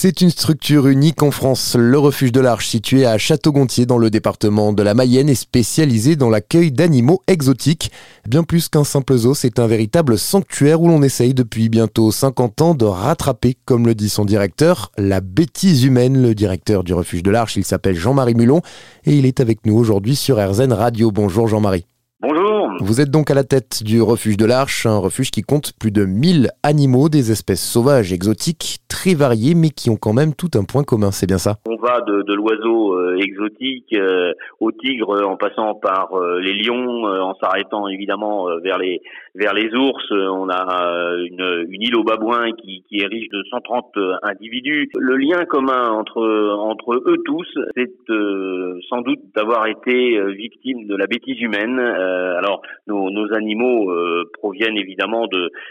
C'est une structure unique en France. Le refuge de l'Arche, situé à Château-Gontier dans le département de la Mayenne, est spécialisé dans l'accueil d'animaux exotiques. Bien plus qu'un simple zoo, c'est un véritable sanctuaire où l'on essaye depuis bientôt 50 ans de rattraper, comme le dit son directeur, la bêtise humaine. Le directeur du refuge de l'Arche, il s'appelle Jean-Marie Mulon et il est avec nous aujourd'hui sur RZN Radio. Bonjour Jean-Marie. Bonjour. Vous êtes donc à la tête du refuge de l'Arche, un refuge qui compte plus de 1000 animaux, des espèces sauvages, exotiques, très variées, mais qui ont quand même tout un point commun, c'est bien ça? On va de l'oiseau exotique au tigre, en passant par les lions, en s'arrêtant évidemment vers les ours. On a une île aux babouins qui est riche de 130 individus. Le lien commun entre eux tous, c'est sans doute d'avoir été victimes de la bêtise humaine. Alors nos animaux proviennent évidemment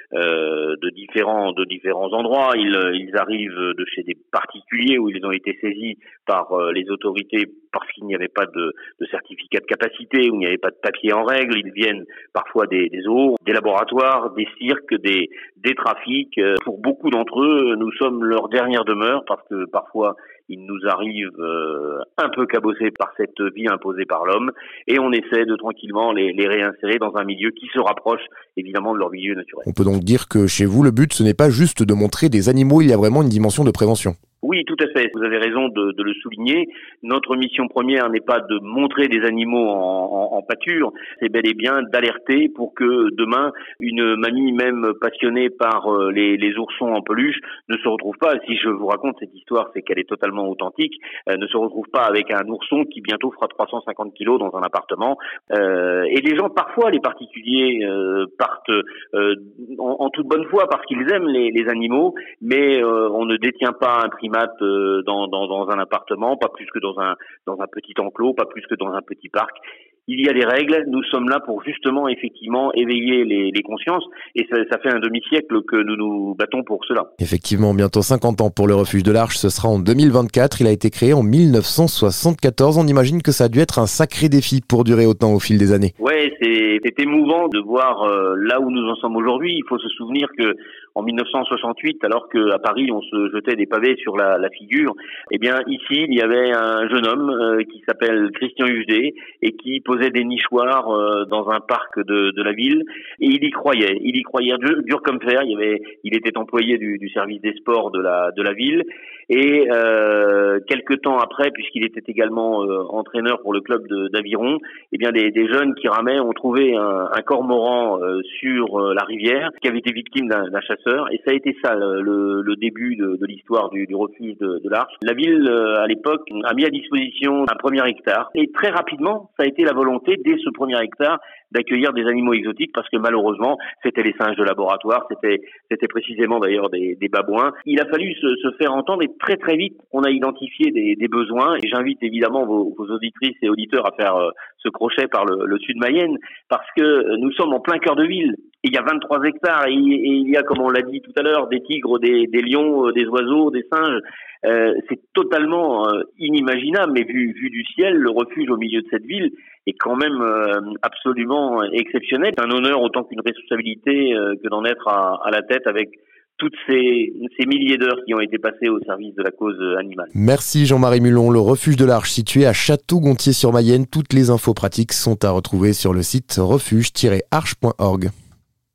de différents endroits. Ils arrivent de chez des particuliers où ils ont été saisis par les autorités parce qu'il n'y avait pas de certificat de capacité, où il n'y avait pas de papier en règle. Ils viennent parfois des zoos, des laboratoires, des cirques, des trafics. Pour beaucoup d'entre eux, nous sommes leur dernière demeure parce que parfois il nous arrive un peu cabossés par cette vie imposée par l'homme, et on essaie de tranquillement les réinsérer dans un milieu qui se rapproche évidemment de leur milieu naturel. On peut donc dire que chez vous, le but, ce n'est pas juste de montrer des animaux, il y a vraiment une dimension de prévention. Oui, tout à fait. Vous avez raison de le souligner. Notre mission première n'est pas de montrer des animaux en pâture, c'est bel et bien d'alerter pour que demain, une mamie même passionnée par les oursons en peluche ne se retrouve pas, si je vous raconte cette histoire, c'est qu'elle est totalement authentique, ne se retrouve pas avec un ourson qui bientôt fera 350 kilos dans un appartement. Et les gens, parfois, les particuliers partent en toute bonne foi parce qu'ils aiment les animaux, mais on ne détient pas un primate dans un appartement, pas plus que dans un petit enclos, pas plus que dans un petit parc. Il y a des règles, nous sommes là pour justement effectivement éveiller les consciences, et ça fait un demi-siècle que nous nous battons pour cela. Effectivement, bientôt 50 ans pour le refuge de l'Arche, ce sera en 2024, il a été créé en 1974, on imagine que ça a dû être un sacré défi pour durer autant au fil des années. Ouais, c'est émouvant de voir là où nous en sommes aujourd'hui. Il faut se souvenir que en 1968, alors qu'à Paris on se jetait des pavés sur la figure, eh bien ici il y avait un jeune homme qui s'appelle Christian Hugdet et qui posait des nichoirs dans un parc de la ville, et il y croyait dur comme fer. Il était employé du service des sports de la ville, et quelque temps après, puisqu'il était également entraîneur pour le club d'aviron, eh bien des jeunes qui ramaient ont trouvé un cormoran sur la rivière qui avait été victime d'un chasseur, et ça a été ça le début de l'histoire du refuge de l'Arche. La ville à l'époque a mis à disposition un premier hectare, et très rapidement ça a été la volonté dès ce premier hectare d'accueillir des animaux exotiques, parce que malheureusement c'était les singes de laboratoire, c'était précisément d'ailleurs des babouins. Il a fallu se faire entendre, et très très vite on a identifié des besoins, et j'invite évidemment vos auditrices et auditeurs à faire ce crochet par le sud Mayenne, parce que nous sommes en plein cœur de ville. Il y a 23 hectares et il y a, comme on l'a dit tout à l'heure, des tigres, des lions, des oiseaux, des singes. C'est totalement inimaginable, mais vu du ciel, le refuge au milieu de cette ville est quand même absolument exceptionnel. C'est un honneur autant qu'une responsabilité que d'en être à la tête avec toutes ces milliers d'heures qui ont été passées au service de la cause animale. Merci Jean-Marie Mulon. Le refuge de l'Arche, situé à Château-Gontier sur Mayenne. Toutes les infos pratiques sont à retrouver sur le site refuge-arche.org.